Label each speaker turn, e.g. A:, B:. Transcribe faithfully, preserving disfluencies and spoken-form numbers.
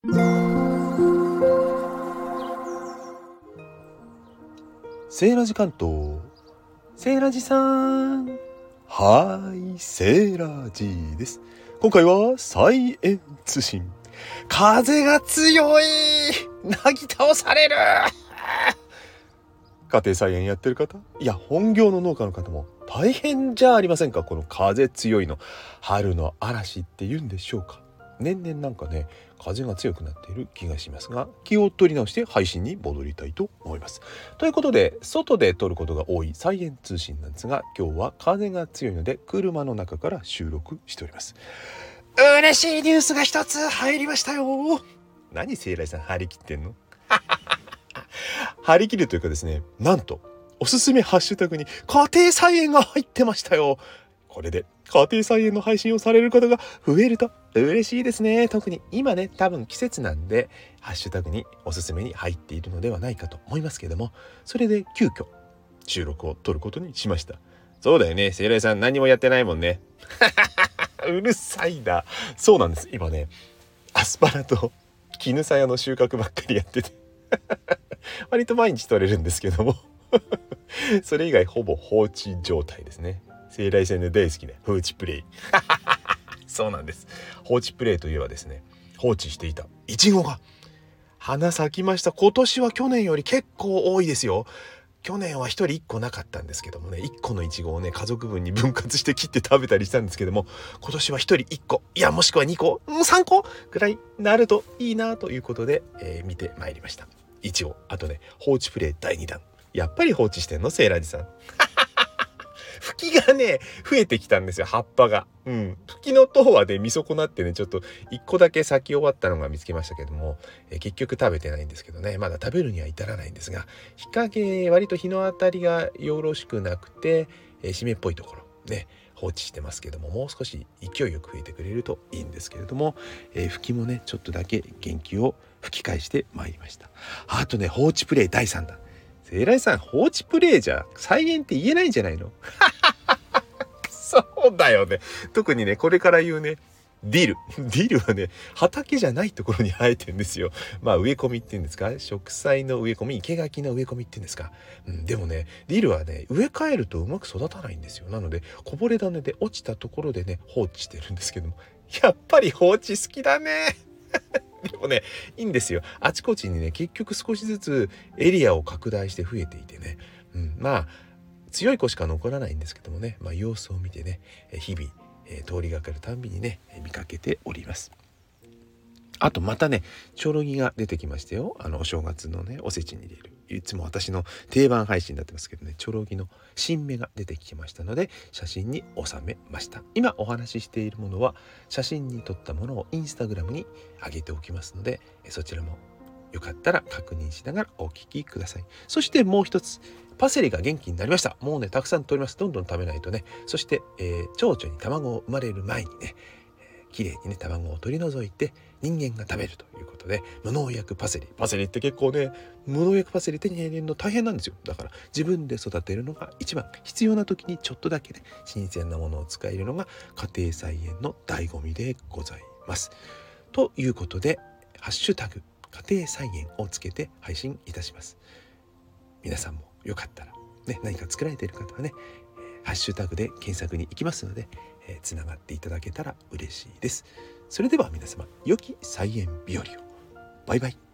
A: セーラジ関東。セーラジさん。はーい、セーラジです。今回はサイエン通信。風が強い、なぎ倒される。家庭菜園やってる方、いや本業の農家の方も大変じゃありませんか。この風強いの、春の嵐って言うんでしょうか。年々なんかね、風が強くなっている気がしますが、気を取り直して配信に戻りたいと思います。ということで、外で撮ることが多いサイエン通信なんですが、今日は風が強いので車の中から収録しております。嬉しいニュースが一つ入りましたよ。何セイライさん張り切ってんの張り切るというかですね、なんとおすすめハッシュタグに家庭菜園が入ってましたよ。これで家庭菜園の配信をされる方が増えると嬉しいですね。特に今ね、多分季節なんでハッシュタグにおすすめに入っているのではないかと思いますけれども、それで急遽収録を撮ることにしました。そうだよね、セイライさん何もやってないもんねうるさいな。そうなんです、今ねアスパラと絹さやの収穫ばっかりやってて割と毎日撮れるんですけどもそれ以外ほぼ放置状態ですね。生来線で大好きな放置プレイそうなんです。放置プレイといえばですね、放置していたイチゴが花咲きました。今年は去年より結構多いですよ。去年は一人一個なかったんですけどもね、一個のイチゴをね家族分に分割して切って食べたりしたんですけども、今年は一人一個、いやもしくは二個、うん、三個くらいなるといいなということで、えー、見てまいりました。イチゴ、あとね放置プレイだいにだん。やっぱり放置してんのセイラジさん吹きがね増えてきたんですよ、葉っぱが。うん、吹きの塔はね見損なってね、ちょっと一個だけ咲き終わったのが見つけましたけども、えー、結局食べてないんですけどね、まだ食べるには至らないんですが、日陰、割と日の当たりがよろしくなくて、えー、湿っぽいところね放置してますけども、もう少し勢いよく増えてくれるといいんですけれども、えー、吹きもねちょっとだけ元気を吹き返してまいりました。あとね放置プレイだいさんだん。セイライさん放置プレイじゃ菜園って言えないんじゃないのそうだよね。特にねこれから言うねディルディルはね畑じゃないところに生えてんですよ。まあ植え込みっていうんですか、植栽の植え込み、生垣の植え込みっていうんですか、うん、でもねディルはね植え替えるとうまく育たないんですよ。なのでこぼれ種で落ちたところでね放置してるんですけども、やっぱり放置好きだねでもねいいんですよ。あちこちにね結局少しずつエリアを拡大して増えていてね、うん、まあ強い子しか残らないんですけどもね、まあ、様子を見てね日々、えー、通りがかるたんびにね見かけております。あとまたねチョロギが出てきましたよ。あのお正月のねおせちに入れる、いつも私の定番配信になってますけどね、チョロギの新芽が出てきましたので写真に収めました。今お話ししているものは写真に撮ったものをインスタグラムに上げておきますので、そちらもよかったら確認しながらお聞きください。そしてもう一つ、パセリが元気になりました。もうねたくさん取ります。どんどん食べないとね。そして、えー、蝶々に卵を生まれる前にね、えー、きれいにね卵を取り除いて人間が食べるということで、無農薬パセリパセリって結構ね無農薬パセリ手に入れるの大変なんですよ。だから自分で育てるのが一番、必要な時にちょっとだけね新鮮なものを使えるのが家庭菜園の醍醐味でございます。ということでハッシュタグ家庭菜園をつけて配信いたします。皆さんもよかったら、ね、何か作られている方はね、えー、ハッシュタグで検索に行きますので、えー、つながっていただけたら嬉しいです。それでは皆様、良き菜園日和を。バイバイ。